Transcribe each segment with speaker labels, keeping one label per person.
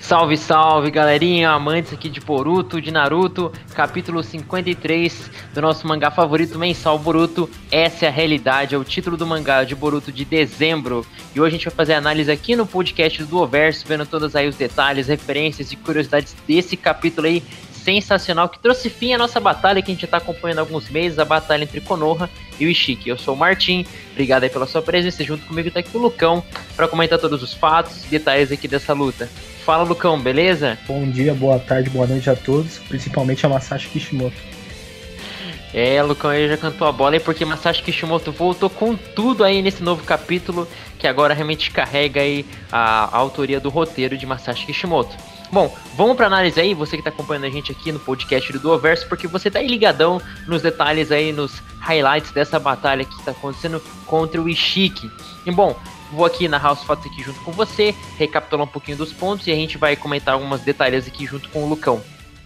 Speaker 1: Salve, salve, galerinha, amantes aqui de Boruto, de Naruto, capítulo 53 do nosso mangá favorito mensal, Boruto. Essa é a realidade, é o título do mangá de Boruto de dezembro. E hoje a gente vai fazer análise aqui no podcast do Overso, vendo todos aí os detalhes, referências e curiosidades desse capítulo aí sensacional, que trouxe fim à nossa batalha que a gente já tá acompanhando há alguns meses, a batalha entre Konoha e o Ishiki. Eu sou o Martin, obrigado aí pela sua presença, junto comigo tá aqui o Lucão, para comentar todos os fatos e detalhes aqui dessa luta. Fala, Lucão, beleza?
Speaker 2: Bom dia, boa tarde, boa noite a todos, principalmente a Masashi Kishimoto.
Speaker 1: Lucão aí já cantou a bola aí, porque Masashi Kishimoto voltou com tudo aí nesse novo capítulo, que agora realmente carrega aí a autoria do roteiro de Masashi Kishimoto. Bom, vamos pra análise aí, você que tá acompanhando a gente aqui no podcast do Duoverso, porque você tá aí ligadão nos detalhes aí, nos highlights dessa batalha que tá acontecendo contra o Ishiki. E bom, vou aqui narrar os fatos aqui junto com você, recapitular um pouquinho dos pontos e a gente vai comentar algumas detalhes aqui junto com o Lucão.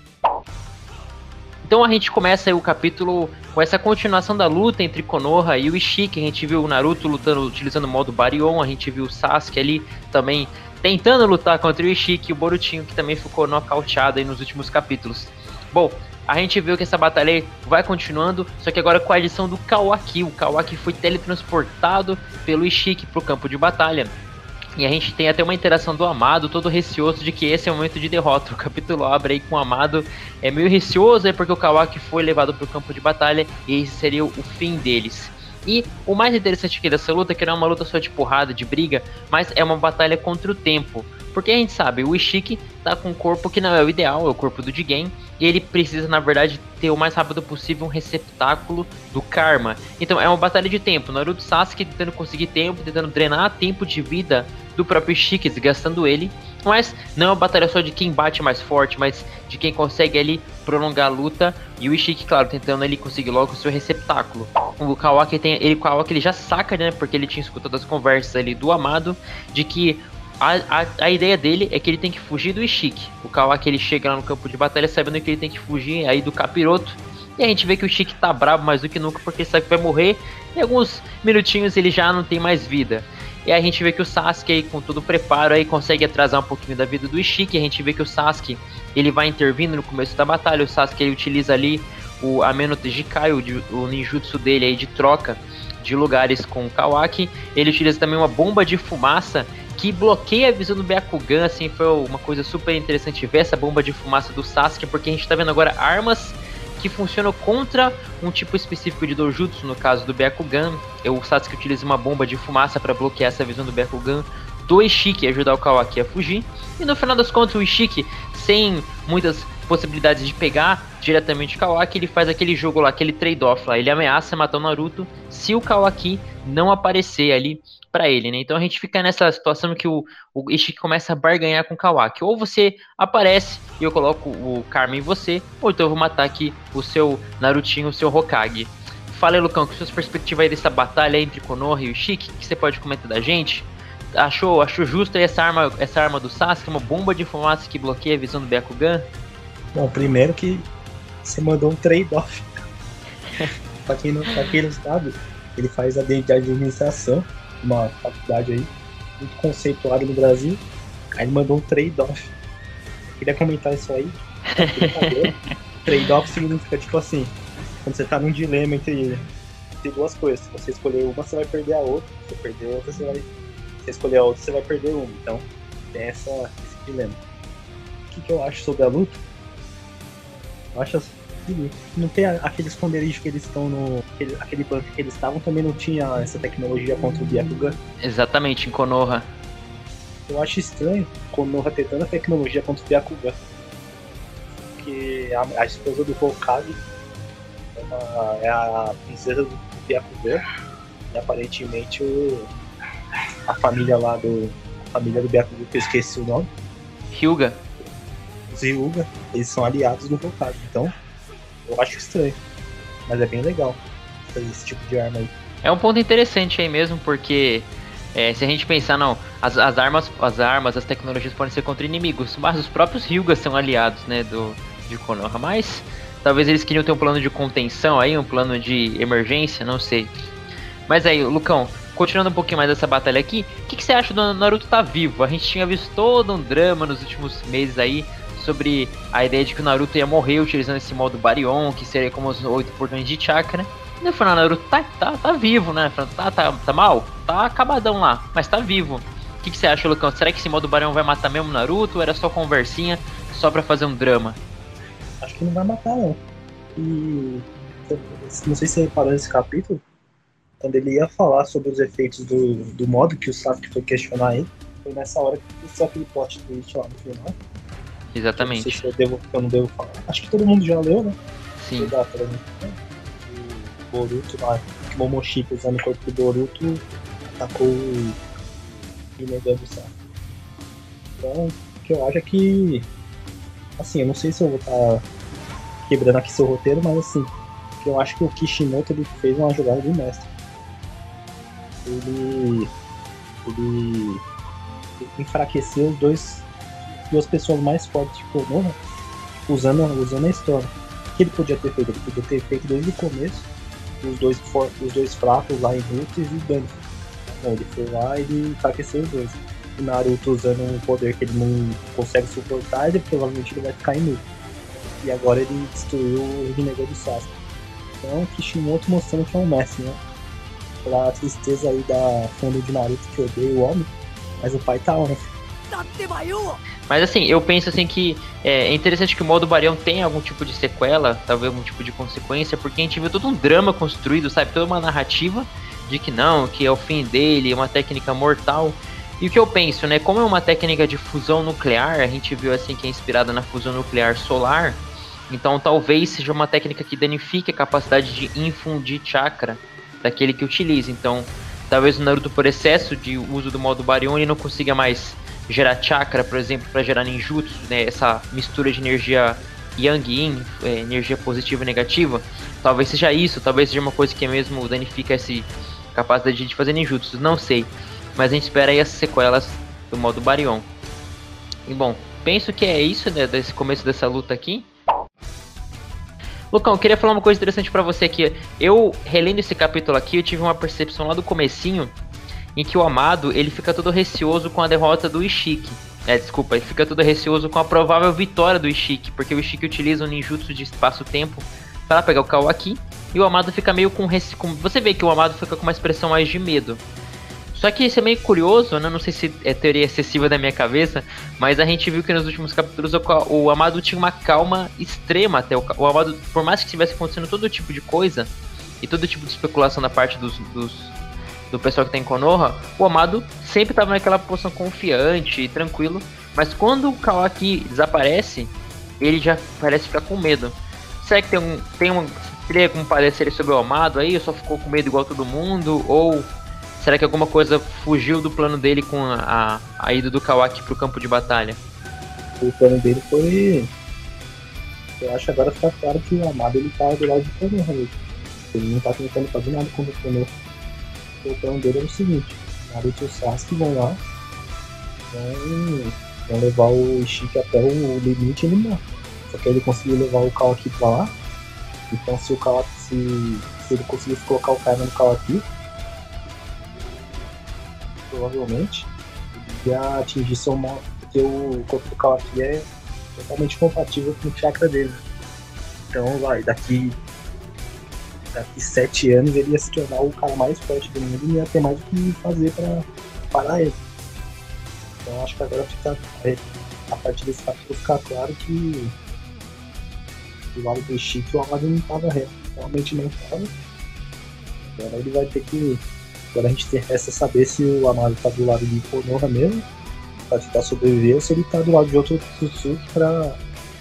Speaker 1: Então a gente começa aí o capítulo com essa continuação da luta entre Konoha e o Ishiki. A gente viu o Naruto lutando, utilizando o modo Baryon, a gente viu o Sasuke ali também tentando lutar contra o Ishiki e o Borutinho, que também ficou nocauteado aí nos últimos capítulos. Bom, a gente viu que essa batalha aí vai continuando, só que agora com a adição do Kawaki. O Kawaki foi teletransportado pelo Ishiki para o campo de batalha. E a gente tem até uma interação do Amado, todo receoso de que esse é o momento de derrota. O capítulo abre aí com o Amado meio receoso, porque o Kawaki foi levado para o campo de batalha e esse seria o fim deles. E o mais interessante aqui dessa luta é que não é uma luta só de porrada, de briga, mas é uma batalha contra o tempo. Porque a gente sabe, o Ishiki tá com um corpo que não é o ideal, é o corpo do Jigen, e ele precisa, na verdade, ter o mais rápido possível um receptáculo do Karma. Então é uma batalha de tempo, Naruto e Sasuke tentando conseguir tempo, tentando drenar tempo de vida do próprio Ishiki, desgastando ele. Mas não é uma batalha só de quem bate mais forte, mas de quem consegue ali prolongar a luta. E o Ishiki, claro, tentando ali conseguir logo o seu receptáculo. O Kawaki ele já saca, né, porque ele tinha escutado as conversas ali do Amado, de que a ideia dele é que ele tem que fugir do Ishiki. O Kawaki ele chega lá no campo de batalha sabendo que ele tem que fugir aí do Capiroto. E a gente vê que o Ishiki tá bravo mais do que nunca porque ele sabe que vai morrer. Em alguns minutinhos ele já não tem mais vida. E aí a gente vê que o Sasuke aí, com todo o preparo aí, consegue atrasar um pouquinho da vida do Ishiki. A gente vê que o Sasuke ele vai intervindo no começo da batalha. O Sasuke ele utiliza ali o Ameno Jikai, o ninjutsu dele aí de troca de lugares com o Kawaki. Ele utiliza também uma bomba de fumaça que bloqueia a visão do Byakugan, assim, foi uma coisa super interessante ver essa bomba de fumaça do Sasuke, porque a gente tá vendo agora armas que funcionam contra um tipo específico de Dojutsu, no caso do Byakugan. O Sasuke utiliza uma bomba de fumaça para bloquear essa visão do Byakugan do Ishiki e ajudar o Kawaki a fugir. E no final das contas o Ishiki, sem muitas possibilidades de pegar diretamente o Kawaki, ele faz aquele jogo lá, aquele trade-off lá, ele ameaça matar o Naruto se o Kawaki não aparecer ali pra ele, né? Então a gente fica nessa situação que o Ishiki começa a barganhar com o Kawaki. Ou você aparece e eu coloco o Karma em você, ou então eu vou matar aqui o seu Narutinho, o seu Hokage. Fala aí, Lucão, que suas perspectivas aí dessa batalha entre Konoha e o Ishiki, que você pode comentar da gente? Achou justo aí essa arma do Sasuke, uma bomba de fumaça que bloqueia a visão do Byakugan?
Speaker 2: Bom, primeiro que você mandou um trade-off. pra quem não sabe, ele faz a administração, uma faculdade aí, muito conceituada no Brasil. Aí ele mandou um trade-off. Eu queria comentar isso aí. Trade-off significa tipo assim, quando você tá num dilema entre duas coisas. Se você escolher uma, você vai perder a outra. Se você perder a outra, se escolher a outra, você vai perder uma. Então, tem esse dilema. O que eu acho sobre a luta? Eu acho assim, não tem aquele esconderijo que eles estão no... Aquele banco que eles estavam, também não tinha essa tecnologia contra o Byakugan.
Speaker 1: Exatamente, em Konoha.
Speaker 2: Eu acho estranho Konoha ter tanta tecnologia contra o Byakugan. Porque a esposa do Hokage é a princesa do Byakugan. E aparentemente a família lá a família do Byakugan, que eu esqueci o nome.
Speaker 1: Hyuga.
Speaker 2: Os Hyuga, eles são aliados do Hokage. Então, eu acho estranho. Mas é bem legal fazer esse tipo de arma aí.
Speaker 1: É um ponto interessante aí mesmo, porque se a gente pensar, não, as armas, as tecnologias podem ser contra inimigos, mas os próprios Hyuga são aliados, né, de Konoha, mas talvez eles queriam ter um plano de contenção aí, um plano de emergência, não sei. Mas aí, Lucão, continuando um pouquinho mais dessa batalha aqui, o que você acha do Naruto tá vivo? A gente tinha visto todo um drama nos últimos meses aí sobre a ideia de que o Naruto ia morrer utilizando esse modo Baryon, que seria como os 8 portões de chakra. E no final, o Naruto tá vivo, né? Tá mal? Tá acabadão lá, mas tá vivo. O que você acha, Lucão? Será que esse modo Baryon vai matar mesmo o Naruto ou era só conversinha, só pra fazer um drama?
Speaker 2: Acho que não vai matar, não. E não sei se você reparou nesse capítulo, quando ele ia falar sobre os efeitos do modo que o Sasuke foi questionar ele, foi nessa hora que aconteceu aquele plot twist lá no final.
Speaker 1: Exatamente.
Speaker 2: Não sei se eu não devo falar. Acho que todo mundo já leu, né?
Speaker 1: Sim.
Speaker 2: O Boruto lá, que o Momoshiki usando o corpo do Boruto atacou o Rinnegan do Sasuke. Então, o que eu acho é que, assim, eu não sei se eu vou estar quebrando aqui seu roteiro, mas assim, eu acho que o Kishimoto ele fez uma jogada de mestre. Ele enfraqueceu duas pessoas mais fortes de Konoha usando a história. O que ele podia ter feito? Ele podia ter feito desde o começo os dois fracos lá em Roots e Dano. Não, ele foi lá e ele enfraqueceu os dois. O Naruto usando um poder que ele não consegue suportar, ele provavelmente ele vai ficar inútil. E agora ele destruiu o Rinnegan do Sasuke. Então, Kishimoto mostrando que é um mestre, né? Pra tristeza aí da fã de Naruto que odeia o homem, mas o pai tá on.
Speaker 1: Mas assim, eu penso assim que é interessante que o modo Baryon tenha algum tipo de sequela, talvez algum tipo de consequência, porque a gente viu todo um drama construído, sabe? Toda uma narrativa de que não, que é o fim dele, é uma técnica mortal. E o que eu penso, né? Como é uma técnica de fusão nuclear, a gente viu assim que é inspirada na fusão nuclear solar, então talvez seja uma técnica que danifique a capacidade de infundir chakra daquele que utiliza. Então, talvez o Naruto, por excesso de uso do modo Baryon, ele não consiga mais gerar chakra, por exemplo, para gerar ninjutsu, né? Essa mistura de energia yang e yin, energia positiva e negativa. Talvez seja isso, talvez seja uma coisa que mesmo danifica essa capacidade de fazer ninjutsu, não sei. Mas a gente espera aí as sequelas do modo Baryon. E bom, penso que é isso, né, desse começo dessa luta aqui. Lucão, eu queria falar uma coisa interessante pra você aqui. Eu, relendo esse capítulo aqui, eu tive uma percepção lá do comecinho, em que o Amado, ele fica todo receoso com a derrota do Ishiki. Desculpa, ele fica todo receoso com a provável vitória do Ishiki, porque o Ishiki utiliza um ninjutsu de espaço-tempo para pegar o Kawaki, e o Amado fica meio com... Você vê que o Amado fica com uma expressão mais de medo. Só que isso é meio curioso, né? Não sei se é teoria excessiva da minha cabeça, mas a gente viu que nos últimos capítulos o Amado tinha uma calma extrema até. O Amado, por mais que estivesse acontecendo todo tipo de coisa, e todo tipo de especulação da parte do pessoal que tá em Konoha, o Amado sempre tava naquela posição confiante e tranquilo, mas quando o Kawaki desaparece, ele já parece ficar com medo. Será que teria algum parecer sobre o Amado aí? Ou só ficou com medo igual todo mundo? Ou será que alguma coisa fugiu do plano dele com a ida do Kawaki pro campo de batalha?
Speaker 2: O plano dele foi... Eu acho agora fica claro que o Amado ele tá do lado de Konoha mesmo. Ele não tá tentando fazer nada contra o Konoha. O plano dele é o seguinte: Naruto e o Sasuke vão lá, vão levar o Ishiki até o limite e ele morre. Só que ele conseguiu levar o Kawaki pra lá. Então se o Kawaki, se ele conseguisse colocar o cara no Kawaki, provavelmente ele ia atingir seu modo, porque o corpo do Kawaki é totalmente compatível com o chakra dele. Então vai, daqui 7 anos ele ia se tornar o cara mais forte do mundo e ia ter mais o que fazer pra parar ele. Então acho que agora a partir desse capítulo fica claro que do lado do Ishiki o Amado não tava reto, realmente não tava. Agora ele vai ter que... Agora a gente resta saber se o Amado tá do lado de Konoha mesmo, pra tentar sobreviver, ou se ele tá do lado de outro Tsutsuki pra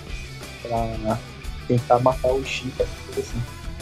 Speaker 2: tentar matar o Ishiki, assim.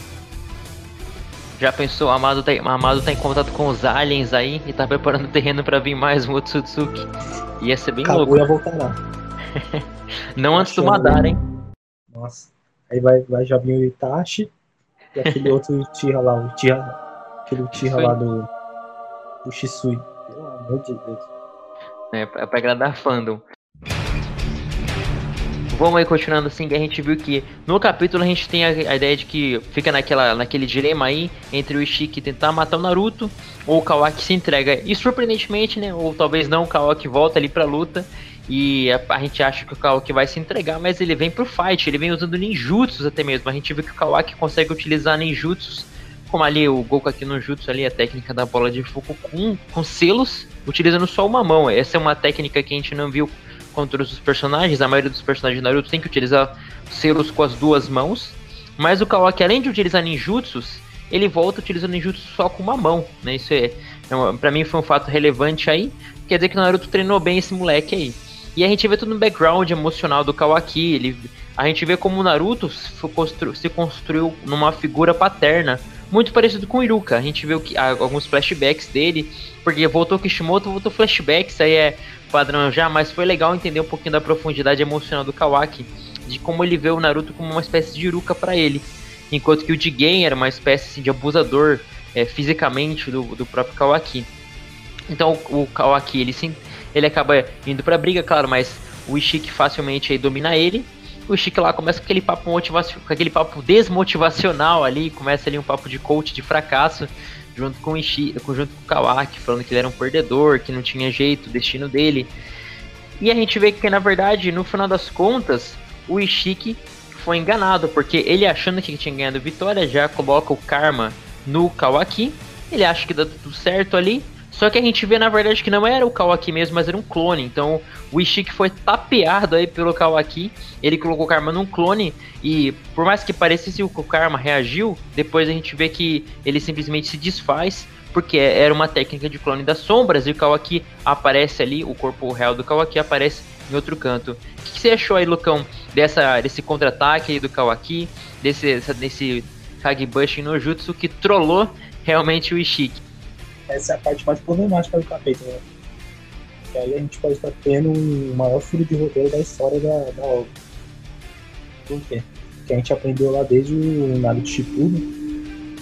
Speaker 1: Já pensou, o Amado tá em contato com os aliens aí e tá preparando o terreno pra vir mais um Otsutsuki. Ia ser bem
Speaker 2: Acabou,
Speaker 1: louco.
Speaker 2: Ia voltar lá.
Speaker 1: Não antes do Madara, hein?
Speaker 2: Nossa. Aí vai já vir o Itachi e aquele outro Uchiha lá, aquele Uchiha lá do Shisui. Pelo amor de Deus.
Speaker 1: É pra agradar fandom. Vamos aí continuando assim, que a gente viu que no capítulo a gente tem a ideia de que fica naquele dilema aí entre o Ishiki tentar matar o Naruto ou o Kawaki se entrega. E surpreendentemente, né, ou talvez não, o Kawaki volta ali pra luta e a gente acha que o Kawaki vai se entregar, mas ele vem pro fight, ele vem usando ninjutsus até mesmo. A gente viu que o Kawaki consegue utilizar ninjutsus, como ali o Goku aqui no jutsu ali, a técnica da bola de fogo com selos, utilizando só uma mão. Essa é uma técnica que a gente não viu contra os personagens. A maioria dos personagens de Naruto tem que utilizar selos com as duas mãos, mas o Kawaki, além de utilizar ninjutsus, ele volta utilizando ninjutsu só com uma mão, né? Isso pra mim foi um fato relevante aí, quer dizer que o Naruto treinou bem esse moleque aí. E a gente vê tudo no background emocional do Kawaki, a gente vê como o Naruto se construiu numa figura paterna, muito parecido com o Iruka. A gente vê alguns flashbacks dele, porque voltou Kishimoto, voltou flashbacks, aí é padrão já, mas foi legal entender um pouquinho da profundidade emocional do Kawaki, de como ele vê o Naruto como uma espécie de Iruka pra ele, enquanto que o Jigen era uma espécie assim, de abusador fisicamente do próprio Kawaki. Então o Kawaki ele acaba indo pra briga, claro, mas o Ishiki facilmente aí domina ele. O Ishiki lá começa com aquele papo desmotivacional ali, começa ali um papo de coach de fracasso, junto com o Kawaki, falando que ele era um perdedor, que não tinha jeito, o destino dele. E a gente vê que, na verdade, no final das contas, o Ishiki foi enganado, porque ele, achando que tinha ganhado vitória, já coloca o karma no Kawaki, ele acha que dá tudo certo ali, só que a gente vê, na verdade, que não era o Kawaki mesmo, mas era um clone. Então o Ishiki foi tapeado aí pelo Kawaki, ele colocou o karma num clone, e por mais que parecesse que o karma reagiu, depois a gente vê que ele simplesmente se desfaz, porque era uma técnica de clone das sombras, e o Kawaki aparece ali, o corpo real do Kawaki aparece em outro canto. O que você achou aí, Lucão, desse contra-ataque aí do Kawaki, desse Kagebushi no Jutsu que trollou realmente o Ishiki?
Speaker 2: Essa é a parte mais problemática do capítulo, né? E aí a gente pode estar tendo um maior furo de roteiro da história da obra. Por quê? Porque a gente aprendeu lá desde o Naruto Shippuden,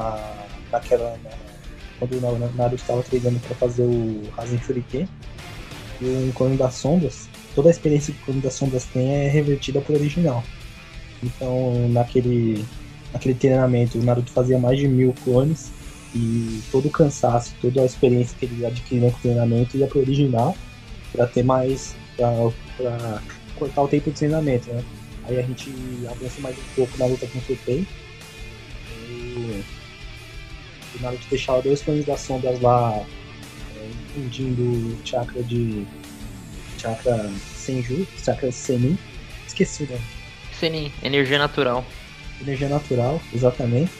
Speaker 2: quando o Naruto estava treinando para fazer o Rasen Shuriken, e o Clone das Sombras, toda a experiência que o Clone das Sombras tem é revertida para o original. Então, naquele treinamento, o Naruto fazia mais de 1000 clones, e todo o cansaço, toda a experiência que ele adquiriu no treinamento ia pro original para ter mais, para cortar o tempo de treinamento, né? Aí a gente avança mais um pouco na luta contra o Pain, e o Naruto deixava 2 clones das sombras lá infundindo o chakra Senju, chakra Senin, esqueci, né?
Speaker 1: Senin, energia natural.
Speaker 2: Energia natural, exatamente.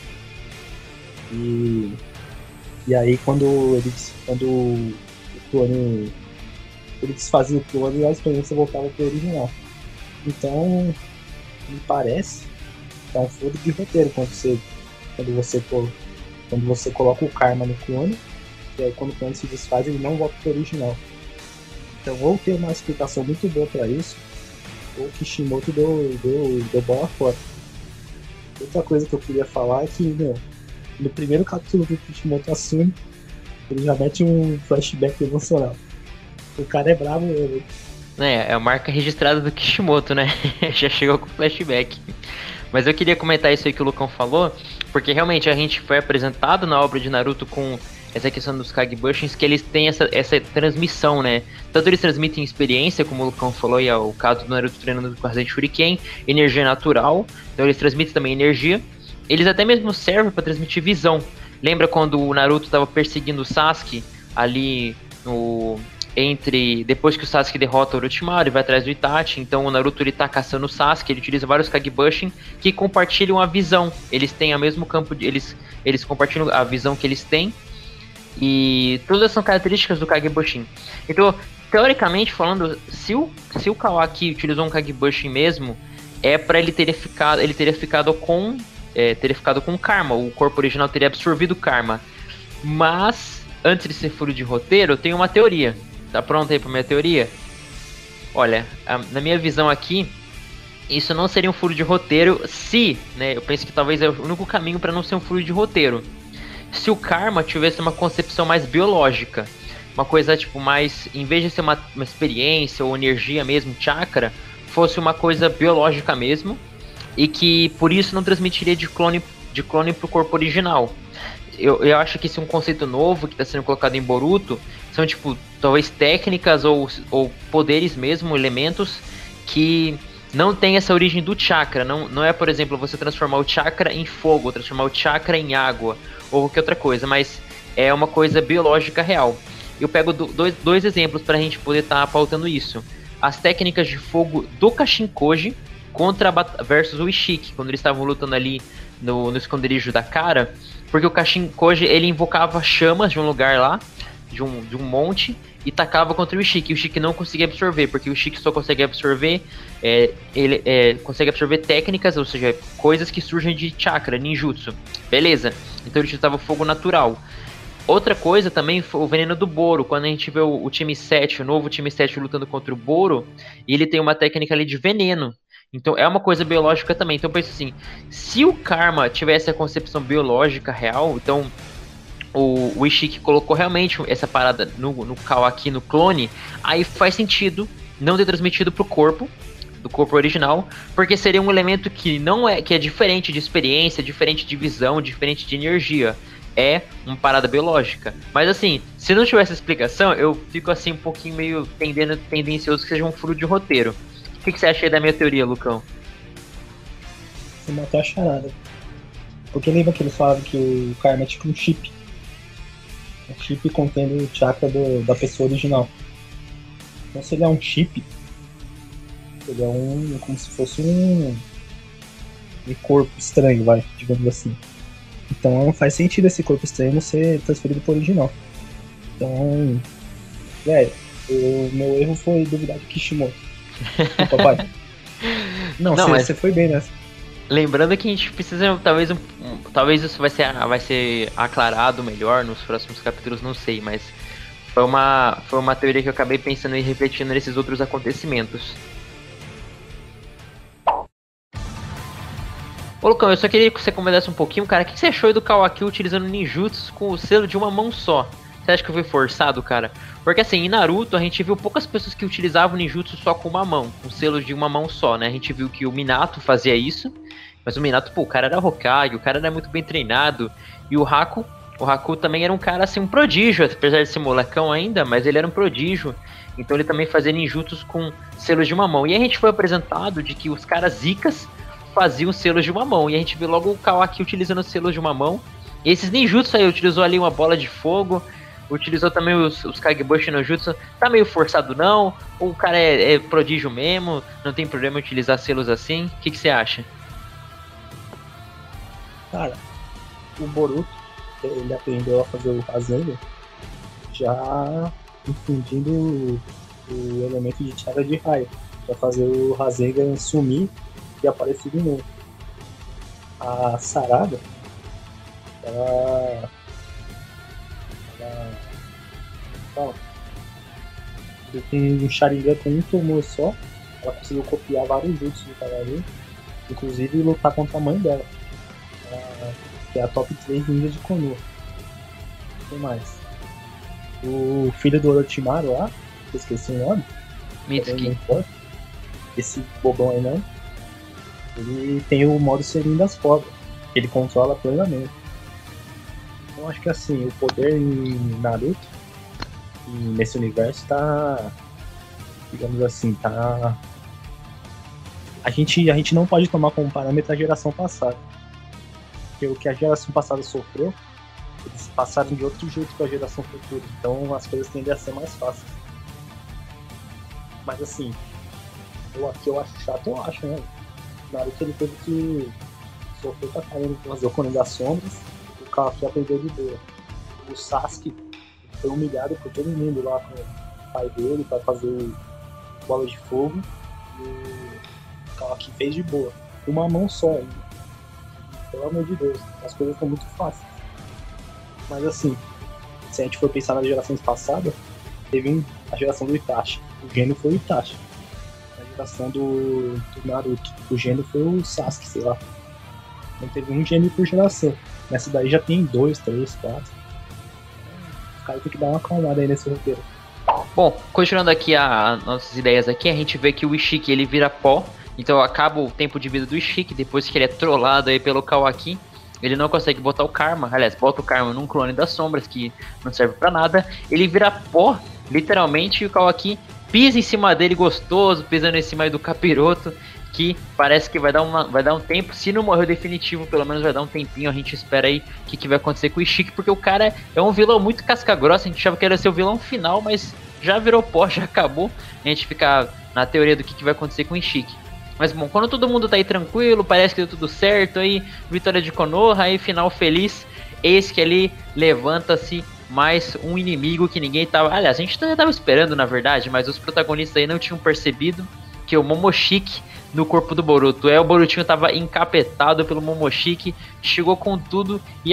Speaker 2: E aí quando o clone, ele desfazia o clone, a experiência voltava pro original. Então me parece que é um furo de roteiro quando você coloca o karma no clone, e aí quando o clone se desfaz ele não volta pro original. Então ou tem uma explicação muito boa para isso, ou o Kishimoto deu bola fora. Outra coisa que eu queria falar é que, no primeiro capítulo que o Kishimoto assume, ele já mete um flashback emocional. O cara é bravo mesmo.
Speaker 1: É a marca registrada do Kishimoto, né? Já chegou com flashback. Mas eu queria comentar isso aí que o Lucão falou, porque realmente a gente foi apresentado na obra de Naruto com essa questão dos Kagebushins, que eles têm essa transmissão, né? Tanto eles transmitem experiência, como o Lucão falou, e é o caso do Naruto treinando com o Rasen Shuriken, energia natural, então eles transmitem também energia. Eles até mesmo servem para transmitir visão. Lembra quando o Naruto estava perseguindo o Sasuke ali depois que o Sasuke derrota o Orochimaru e vai atrás do Itachi, então o Naruto ele tá caçando o Sasuke, ele utiliza vários Kagebushin que compartilham a visão. Eles têm o mesmo campo eles compartilham a visão que eles têm, e todas são características do Kagebushin. Então, teoricamente falando, se o Kawaki utilizou um Kagebushin mesmo, é para ele teria ficado com karma, o corpo original teria absorvido karma. Mas, antes de ser furo de roteiro, eu tenho uma teoria. Tá pronto aí pra minha teoria? Olha, na minha visão aqui, isso não seria um furo de roteiro se, né, eu penso que talvez é o único caminho para não ser um furo de roteiro. Se o karma tivesse uma concepção mais biológica, uma coisa tipo mais, em vez de ser uma experiência ou energia mesmo, chakra, fosse uma coisa biológica mesmo, e que por isso não transmitiria de clone pro corpo original. Eu acho que esse é um conceito novo que está sendo colocado em Boruto, são tipo, talvez técnicas ou poderes mesmo, elementos que não tem essa origem do chakra. Não é, por exemplo, você transformar o chakra em fogo, transformar o chakra em água, ou qualquer outra coisa, mas é uma coisa biológica real. Eu pego dois exemplos para a gente poder estar pautando isso. As técnicas de fogo do Kashin-Koji versus o Ishiki, quando eles estavam lutando ali no esconderijo da cara, porque o Kashin-Koji, ele invocava chamas de um lugar lá, de um monte, e tacava contra o Ishiki. O Ishiki não conseguia absorver, porque o Ishiki só consegue absorver consegue absorver técnicas, ou seja, coisas que surgem de chakra, ninjutsu. Beleza, então ele utilizava fogo natural. Outra coisa também foi o veneno do Boro. Quando a gente vê o time 7, o novo time 7 lutando contra o Boro, e ele tem uma técnica ali de veneno. Então é uma coisa biológica também. Então eu penso assim, se o Karma tivesse a concepção biológica real, então o Ishiki colocou realmente essa parada no Kawaki, no clone, aí faz sentido não ter transmitido pro corpo, do corpo original, porque seria um elemento que é diferente de experiência, diferente de visão, diferente de energia. É uma parada biológica. Mas assim, se não tivesse explicação, eu fico assim um pouquinho meio tendencioso que seja um furo de roteiro. O que você acha aí da minha teoria, Lucão?
Speaker 2: Você matou a charada. Porque lembra que eles falavam que o Karma é tipo um chip. Um chip contendo o chakra da pessoa original. Então se ele é um chip, ele é como se fosse um corpo estranho, digamos assim. Então não faz sentido esse corpo estranho ser transferido pro original. Então, velho, o meu erro foi duvidar de Kishimoto. Papai. Não, você foi bem nessa.
Speaker 1: Lembrando que a gente precisa, talvez isso vai ser aclarado melhor nos próximos capítulos, não sei, mas foi uma teoria que eu acabei pensando e refletindo nesses outros acontecimentos. Ô Lucão, eu só queria que você comentasse um pouquinho, cara, o que você achou do Kawaki utilizando ninjutsus com o selo de uma mão só? Você acha que foi forçado, cara? Porque assim, em Naruto a gente viu poucas pessoas que utilizavam ninjutsu só com uma mão, com selos de uma mão só, né? A gente viu que o Minato fazia isso, mas o Minato, o cara era Hokage, o cara era muito bem treinado, e o Haku também era um cara assim, um prodígio, apesar de ser molecão ainda, mas ele era um prodígio, então ele também fazia ninjutsus com selos de uma mão. E a gente foi apresentado de que os caras zicas faziam selos de uma mão, e a gente viu logo o Kawaki utilizando selos de uma mão. E esses ninjutsu aí, utilizou ali uma bola de fogo, utilizou também os Kagebushi no jutsu. Tá meio forçado não? Ou o cara é prodígio mesmo? Não tem problema utilizar selos assim? O que você acha?
Speaker 2: Cara, o Boruto, ele aprendeu a fazer o Rasengan já infundindo o elemento de chakra de raio, pra fazer o Rasengan sumir e aparecer de novo. A Sarada, ela com um Sharingan com um tumor só, ela conseguiu copiar vários jutsus do cavaleiro, inclusive lutar contra a mãe dela, que é a top 3 ninja de Konoha. O que mais? O filho do Orochimaru lá, que eu esqueci o nome,
Speaker 1: Mitsuki.
Speaker 2: Esse bobão aí não, ele tem o modo selinho das cobras, que ele controla plenamente. Então acho que assim, o poder em Naruto e nesse universo tá, digamos assim, tá... A gente não pode tomar como parâmetro a geração passada. Porque o que a geração passada sofreu, eles passaram de outro jeito para a geração futura. Então as coisas tendem a ser mais fáceis. Mas assim, eu acho chato, eu acho, né? O Naruto ele teve que sofrer pra caramba com as Yokonen das sombras. O Kawaki aprendeu de boa. O Sasuke foi humilhado por todo mundo lá com o pai dele pra fazer bola de fogo. E o Kawaki fez de boa. Uma mão só ainda. Pelo amor de Deus, as coisas estão muito fáceis. Mas assim, se a gente for pensar nas gerações passadas, teve a geração do Itachi. O gênio foi o Itachi. A geração do Naruto, o gênio foi o Sasuke, sei lá. Não teve um gênio por geração. Nessa daí já tem 2, 3, 4. Os caras tem que dar uma acalmada aí nesse roteiro.
Speaker 1: Bom, continuando aqui as nossas ideias aqui, a gente vê que o Ishiki ele vira pó, então acaba o tempo de vida do Ishiki, depois que ele é trollado aí pelo Kawaki, ele não consegue botar o Karma, aliás, bota o Karma num clone das sombras, que não serve pra nada, ele vira pó, literalmente, e o Kawaki pisa em cima dele gostoso, pisando em cima aí do capiroto, que parece que vai dar um tempo, se não morrer definitivo, pelo menos vai dar um tempinho, a gente espera aí o que vai acontecer com o Ishiki, porque o cara é um vilão muito casca grossa, a gente achava que era ser o vilão final, mas já virou pó, já acabou, a gente fica na teoria do que vai acontecer com o Ishiki. Mas bom, quando todo mundo tá aí tranquilo, parece que deu tudo certo aí, vitória de Konoha, aí final feliz, eis que ali levanta-se mais um inimigo que ninguém tava... Aliás, a gente já tava esperando na verdade, mas os protagonistas aí não tinham percebido que o Momoshiki no corpo do Boruto. O Borutinho tava encapetado pelo Momoshiki, chegou com tudo e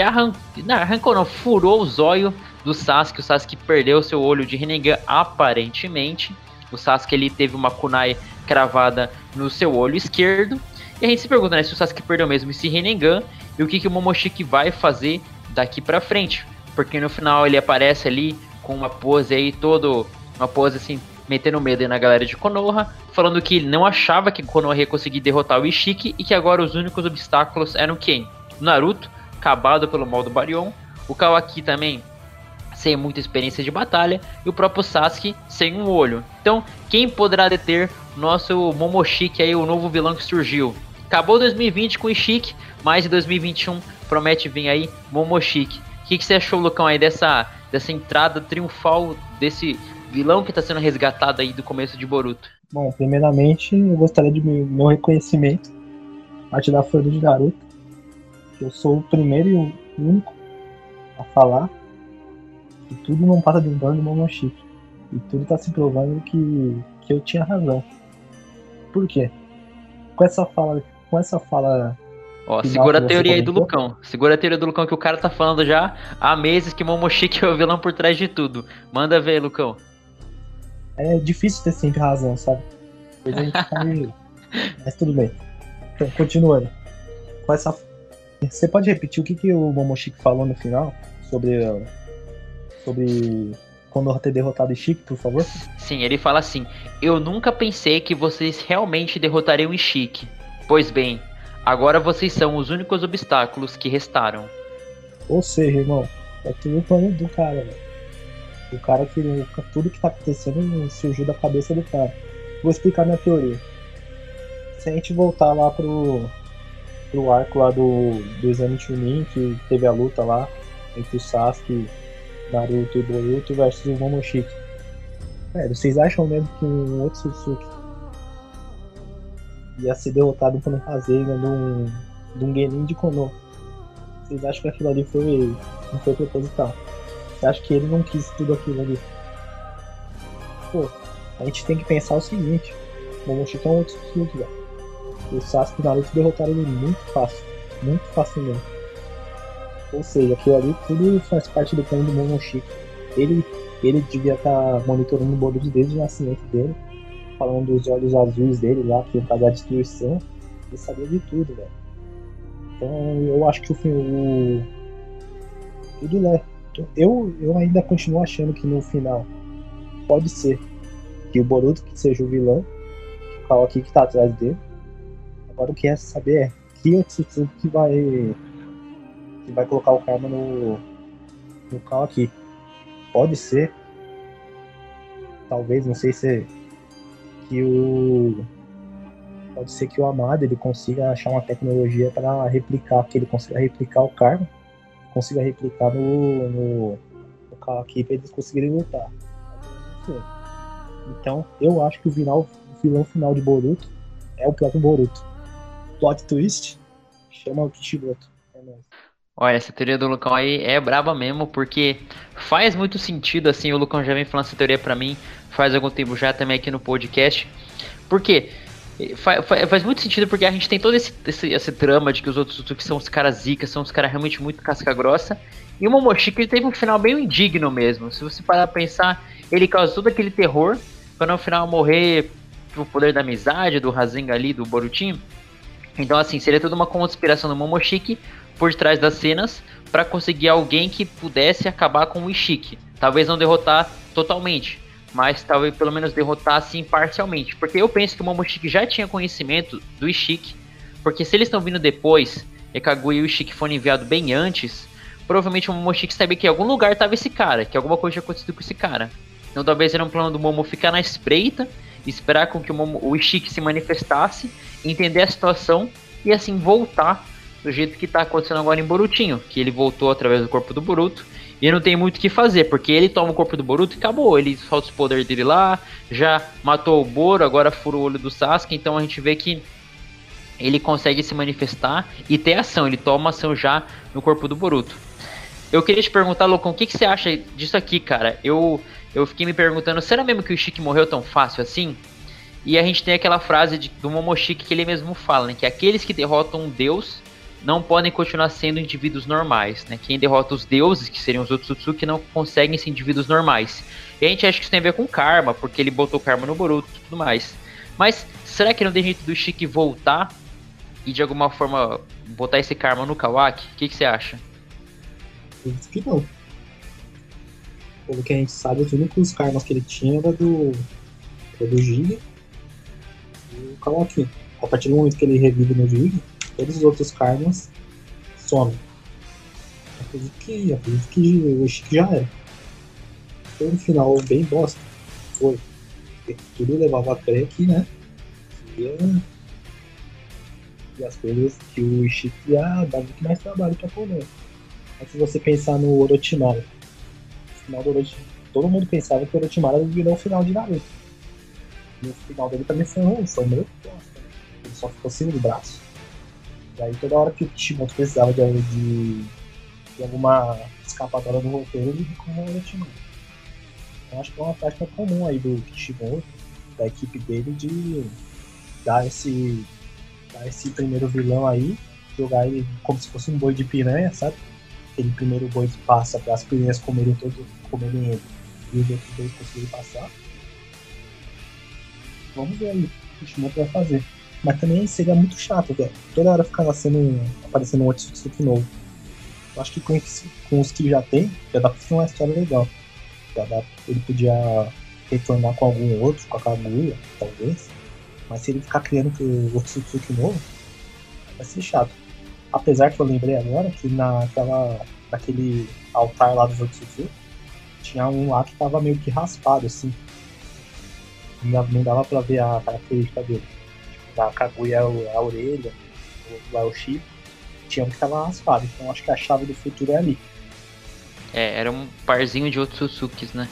Speaker 1: furou o zóio do Sasuke. O Sasuke perdeu seu olho de Rinnegan aparentemente. O Sasuke ele teve uma kunai cravada no seu olho esquerdo. E a gente se pergunta, né, se o Sasuke perdeu mesmo esse Rinnegan e o que o Momoshiki vai fazer daqui pra frente. Porque no final ele aparece ali com uma pose aí uma pose assim, metendo medo aí na galera de Konoha, falando que ele não achava que Konoha ia conseguir derrotar o Ishiki e que agora os únicos obstáculos eram quem? O Naruto, acabado pelo mal do Baryon, o Kawaki também sem muita experiência de batalha e o próprio Sasuke sem um olho. Então, quem poderá deter nosso Momoshiki aí, o novo vilão que surgiu? Acabou 2020 com o Ishiki, mas em 2021 promete vir aí Momoshiki. O que você achou, Lucão, aí dessa entrada triunfal desse vilão que está sendo resgatado aí do começo de Boruto?
Speaker 2: Bom, primeiramente eu gostaria de meu reconhecimento parte da fã de Naruto. Eu sou o primeiro e o único a falar que tudo não passa de um bando do Momoshiki. E tudo está se provando que eu tinha razão. Por quê? Com essa fala
Speaker 1: Ó, segura a teoria aí do Lucão. Segura a teoria do Lucão que o cara tá falando já há meses que Momoshiki é o vilão por trás de tudo. Manda ver, Lucão.
Speaker 2: É difícil ter sempre razão, sabe? Depois a gente fica meio... Mas tudo bem. Então, continuando. Você pode repetir o que o Momoshiki falou no final? Sobre Konoha ter derrotado Ishiki, por favor?
Speaker 1: Sim, ele fala assim: eu nunca pensei que vocês realmente derrotariam Ishiki. Pois bem, agora vocês são os únicos obstáculos que restaram.
Speaker 2: Ou seja, irmão, é tudo plano do cara, velho. O cara que tudo que tá acontecendo surgiu da cabeça do cara. Vou explicar minha teoria. Se a gente voltar lá pro arco lá do exame Chunin, que teve a luta lá entre o Sasuke, Naruto e Boruto versus o Momoshiki. Vocês acham mesmo que um outro Sasuke ia ser derrotado por um Rasengan de um Genin de Konoha? Vocês acham que aquilo ali não foi proposital? Você acha que ele não quis tudo aquilo ali? Pô, a gente tem que pensar o seguinte: o Momoshiki é um outro Sasuke, velho. O Sasuke e o Naruto derrotaram ele muito facilmente. Ou seja, aquilo ali tudo faz parte do plano do Momoshiki. Ele devia estar monitorando o Boruto desde o nascimento dele, falando dos olhos azuis dele lá, que iam causar destruição. Ele sabia de tudo, velho. Então eu acho que tudo, né? Eu ainda continuo achando que no final pode ser que o Boruto que seja o vilão, que o Kawaki que tá atrás dele. Agora o que é saber é que Otsutsuki que vai colocar o Karma no Kawaki. Pode ser, talvez, não sei se pode ser que o Amado ele consiga achar uma tecnologia para replicar, que ele consiga replicar o Karma, consiga replicar no Kawaki para eles conseguirem lutar. Então eu acho que o vilão final de Boruto é o próprio Boruto. Plot twist, chama o Kishimoto.
Speaker 1: Olha, essa teoria do Lucão aí é braba mesmo, porque faz muito sentido, assim, o Lucão já vem falando essa teoria pra mim faz algum tempo já também aqui no podcast. Por quê? Faz muito sentido porque a gente tem todo esse trama de que os outros que são os caras zica, são os caras realmente muito casca grossa. E o Momoshiki ele teve um final bem indigno mesmo. Se você parar pra pensar, ele causou todo aquele terror pra no final morrer pro poder da amizade, do Rasengan ali, do Borutinho. Então assim, seria toda uma conspiração do Momoshiki por trás das cenas para conseguir alguém que pudesse acabar com o Ishiki. Talvez não derrotar totalmente, mas talvez pelo menos derrotasse imparcialmente. Porque eu penso que o Momoshiki já tinha conhecimento do Ishiki, porque se eles estão vindo depois, e Kaguya e o Ishiki foram enviados bem antes, provavelmente o Momoshiki sabia que em algum lugar estava esse cara, que alguma coisa tinha acontecido com esse cara. Então talvez era um plano do Momo ficar na espreita, esperar com que o Ishiki se manifestasse, entender a situação e assim voltar do jeito que está acontecendo agora em Borutinho, que ele voltou através do corpo do Boruto e não tem muito o que fazer, porque ele toma o corpo do Boruto e acabou, ele solta os poderes dele lá, já matou o Boro, agora fura o olho do Sasuke, então a gente vê que ele consegue se manifestar e ter ação, ele toma ação já no corpo do Boruto. Eu queria te perguntar, Lucão, o que você acha disso aqui, cara? Eu fiquei me perguntando, será mesmo que o Ishiki morreu tão fácil assim? E a gente tem aquela frase do Momoshiki que ele mesmo fala, né? Que aqueles que derrotam um deus não podem continuar sendo indivíduos normais, né? Quem derrota os deuses, que seriam os Otsutsuki, não conseguem ser indivíduos normais. E a gente acha que isso tem a ver com karma, porque ele botou karma no Boruto e tudo mais. Mas será que não tem jeito do Ishiki voltar e de alguma forma botar esse karma no Kawaki? O que você acha?
Speaker 2: Acredito que não. Pelo que a gente sabe, os únicos karmas que ele tinha era do Jigen e o Kawaki. A partir do momento que ele revive no Jigen, todos os outros karmas somem. Acredito que o Ishiki já era. Foi um final bem bosta. Foi. Porque tudo levava a crer que, né? E as coisas que o Ishiki ia dar muito mais trabalho pra Konoha. Mas se você pensar no Orochimaru, no final do Orochimaru, todo mundo pensava que o Orochimaru virou o final de Naruto. E o final dele também foi meio bosta. Ele só ficou sem o braço. E aí toda hora que o Kishimoto precisava de alguma escapatória do roteiro, ele recorreu ao Orochimaru. Então acho que é uma prática comum aí do Kishimoto, da equipe dele, de dar esse primeiro vilão aí, jogar ele como se fosse um boi de piranha, sabe? Aquele primeiro boi que passa para as piranhas comerem ele e os outros dois conseguirem passar. Vamos ver aí o que o Kishimoto vai fazer. Mas também seria muito chato, velho. Toda hora ficar aparecendo um Otsutsuki novo. Eu acho que com os que já tem, já dá pra fazer uma história legal. Ele podia retornar com algum outro, com a Kaguya, talvez. Mas se ele ficar criando o Otsutsuki novo, vai ser chato. Apesar que eu lembrei agora que naquele altar lá dos Otsutsuki, tinha um lá que tava meio que raspado, assim. Não dava pra ver a característica dele. Tipo, da Kaguya a orelha, lá o chifre, tinha um que tava raspado. Então acho que a chave do futuro é ali.
Speaker 1: Era um parzinho de Otsutsukis, né?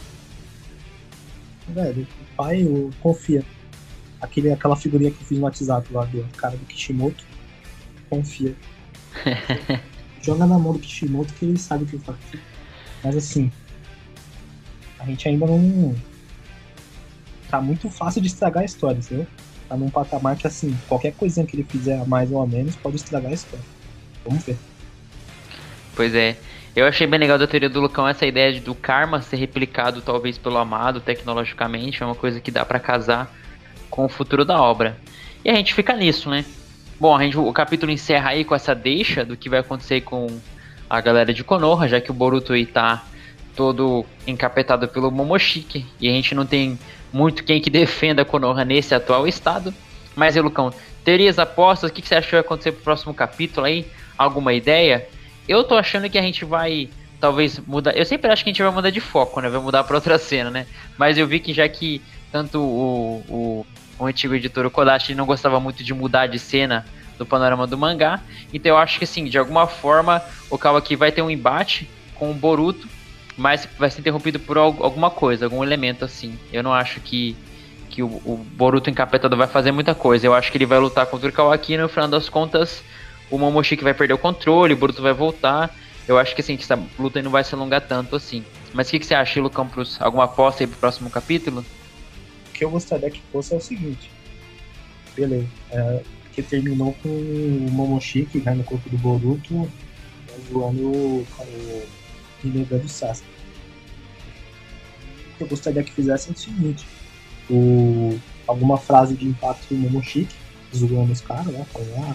Speaker 2: Velho, o pai confia. Aquela figurinha que eu fiz no WhatsApp lá do cara do Kishimoto, confia. Joga na mão do Kishimoto que ele sabe o que faz. Mas assim, a gente ainda não... Tá muito fácil de estragar a história, entendeu? Tá num patamar que assim, qualquer coisinha que ele fizer a mais ou a menos pode estragar a história. Vamos ver.
Speaker 1: Pois é. Eu achei bem legal da teoria do Lucão essa ideia do karma ser replicado talvez pelo amado tecnologicamente, é uma coisa que dá pra casar com o futuro da obra. E a gente fica nisso, né? Bom, o capítulo encerra aí com essa deixa do que vai acontecer com a galera de Konoha, já que o Boruto aí tá todo encapetado pelo Momoshiki, e a gente não tem muito quem que defenda a Konoha nesse atual estado. Mas aí, Lucão, teorias, apostas, o que você acha que vai acontecer pro próximo capítulo aí? Alguma ideia? Eu tô achando que a gente vai talvez mudar. Eu sempre acho que a gente vai mudar de foco, né? Vai mudar pra outra cena, né? Mas eu vi que já que tanto o antigo editor, o Kodashi, não gostava muito de mudar de cena do panorama do mangá. Então eu acho que assim, de alguma forma, o Kawaki vai ter um embate com o Boruto, mas vai ser interrompido por alguma coisa, algum elemento assim. Eu não acho que o Boruto encapetado vai fazer muita coisa. Eu acho que ele vai lutar contra o Kawaki e no final das contas o Momoshiki vai perder o controle, o Boruto vai voltar. Eu acho que assim, que essa luta não vai se alongar tanto assim. Mas o que você acha, Lucão? Alguma aposta aí pro próximo capítulo?
Speaker 2: O que eu gostaria que fosse é o seguinte. Beleza. Que terminou com o Momoshiki, né, no corpo do Boruto, zoando o Rinnegan do Sasuke. O que eu gostaria que fizesse é o seguinte. Alguma frase de impacto do Momoshiki, zoando os caras, né? Falando,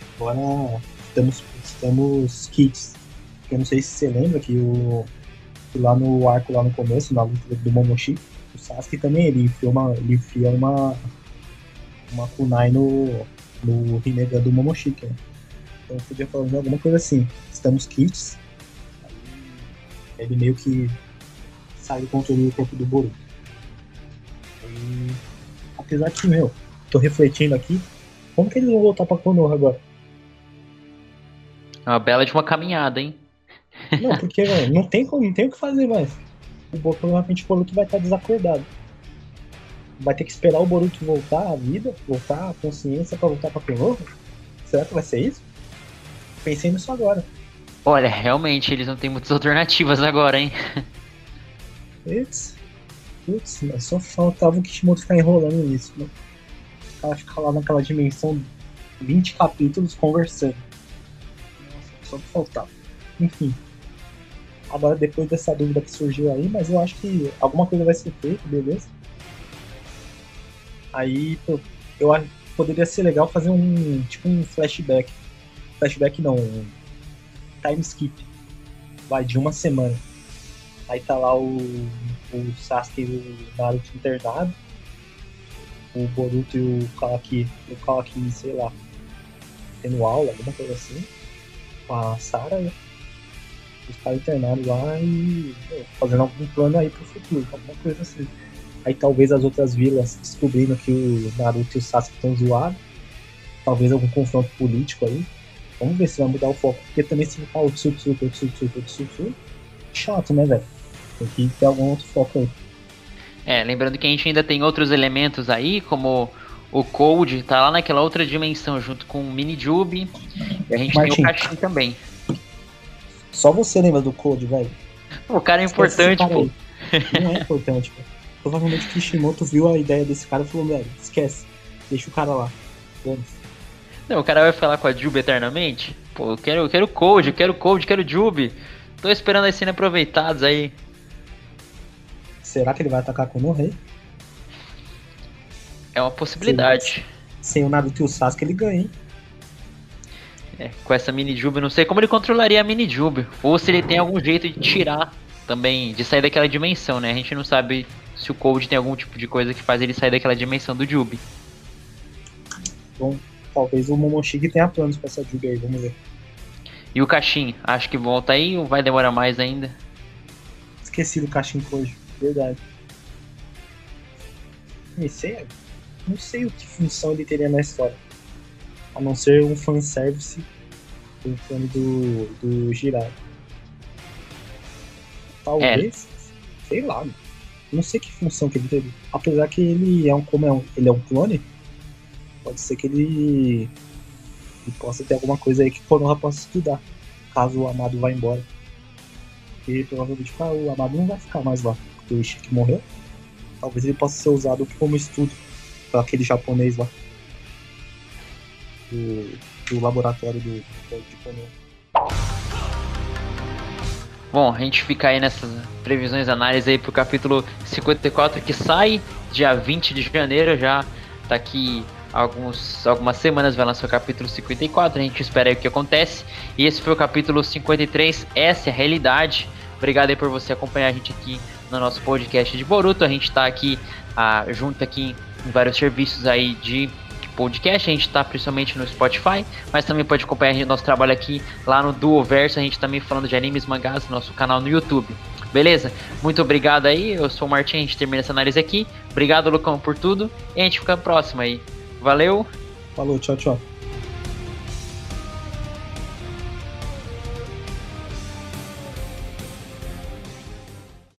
Speaker 2: agora estamos kits. Eu não sei se você lembra que E lá no arco, lá no começo, na luta do Momoshiki, o Sasuke também, ele enfia uma kunai no Rinnegan do Momoshiki, né? Então eu podia falar alguma coisa assim, estamos kits, aí ele meio que sai do controle do corpo do Boruto. E, apesar que, tô refletindo aqui, como que eles vão voltar pra Konoha agora?
Speaker 1: É uma bela de uma caminhada, hein?
Speaker 2: Não, porque, velho, não tem o que fazer mais. Provavelmente o Boruto vai estar desacordado. Vai ter que esperar o Boruto voltar à vida, voltar à consciência pra voltar pra Konoha? Será que vai ser isso? Pensei nisso agora.
Speaker 1: Olha, realmente, eles não têm muitas alternativas agora, hein?
Speaker 2: Putz, mas só faltava o Kishimoto ficar enrolando nisso, né? O cara ficar lá naquela dimensão 20 capítulos conversando. Nossa, só que faltava. Enfim. Agora, depois dessa dúvida que surgiu aí, mas eu acho que alguma coisa vai ser feita, beleza? Aí, pô, eu acho que poderia ser legal fazer um flashback. Flashback não, um time skip. Vai, de uma semana. Aí tá lá o Sasuke e o Naruto internado. O Boruto e o Kawaki, sei lá, tendo aula, alguma coisa assim. Com a Sarah, né? Os caras internados lá e fazendo algum plano aí pro futuro, alguma coisa assim. Aí talvez as outras vilas descobrindo que o Naruto e o Sasuke estão zoados. Talvez algum confronto político aí. Vamos ver se vai mudar o foco. Porque também se ficar o Tsutsuki, chato, né, velho? Tem que ter algum outro foco aí.
Speaker 1: Lembrando que a gente ainda tem outros elementos aí, como o Cold tá lá naquela outra dimensão junto com o Mini Jube. E a gente tem o Kashin também.
Speaker 2: Só você lembra do Cold, velho?
Speaker 1: O cara é importante, pô.
Speaker 2: Não é importante, pô. Provavelmente o Kishimoto viu a ideia desse cara e falou, velho, esquece. Deixa o cara lá. Vamos.
Speaker 1: Não, o cara vai falar com a Jube eternamente? Pô, eu quero Cold, eu quero Jube. Tô esperando as cenas aproveitadas aí.
Speaker 2: Será que ele vai atacar com o Rei?
Speaker 1: É uma possibilidade.
Speaker 2: Sem o Naruto e o Sasuke ele ganha, hein?
Speaker 1: Com essa Mini Jube, eu não sei como ele controlaria a Mini Jube. Ou se ele tem algum jeito de tirar também, de sair daquela dimensão, né? A gente não sabe se o Cold tem algum tipo de coisa que faz ele sair daquela dimensão do Jube.
Speaker 2: Bom, talvez o Momoshiki tenha planos pra essa Jube aí, vamos ver.
Speaker 1: E o Kashin, acho que volta aí ou vai demorar mais ainda?
Speaker 2: Esqueci do Kashin hoje, verdade. Não sei o que função ele teria na história. A não ser um fanservice do plano do Jiraiya. Talvez, sei lá, não sei que função que ele teve. Apesar que ele é um clone, pode ser que ele possa ter alguma coisa aí que Konoha possa estudar, caso o Amado vá embora. E provavelmente o Amado não vai ficar mais lá, porque o Ishiki morreu. Talvez ele possa ser usado como estudo para aquele japonês lá do laboratório de Konoha.
Speaker 1: Bom, a gente fica aí nessas previsões, análises aí pro capítulo 54, que sai dia 20 de janeiro, já tá aqui algumas semanas, vai lançar o capítulo 54, a gente espera aí o que acontece. E esse foi o capítulo 53, essa é a realidade. Obrigado aí por você acompanhar a gente aqui no nosso podcast de Boruto. A gente tá aqui junto aqui em vários serviços aí de podcast, a gente tá principalmente no Spotify, mas também pode acompanhar o nosso trabalho aqui lá no Duoverso, a gente também falando de animes, mangás no nosso canal no YouTube. Beleza? Muito obrigado aí, eu sou o Martin, a gente termina essa análise aqui. Obrigado, Lucão, por tudo, e a gente fica próximo aí. Valeu!
Speaker 2: Falou, tchau, tchau.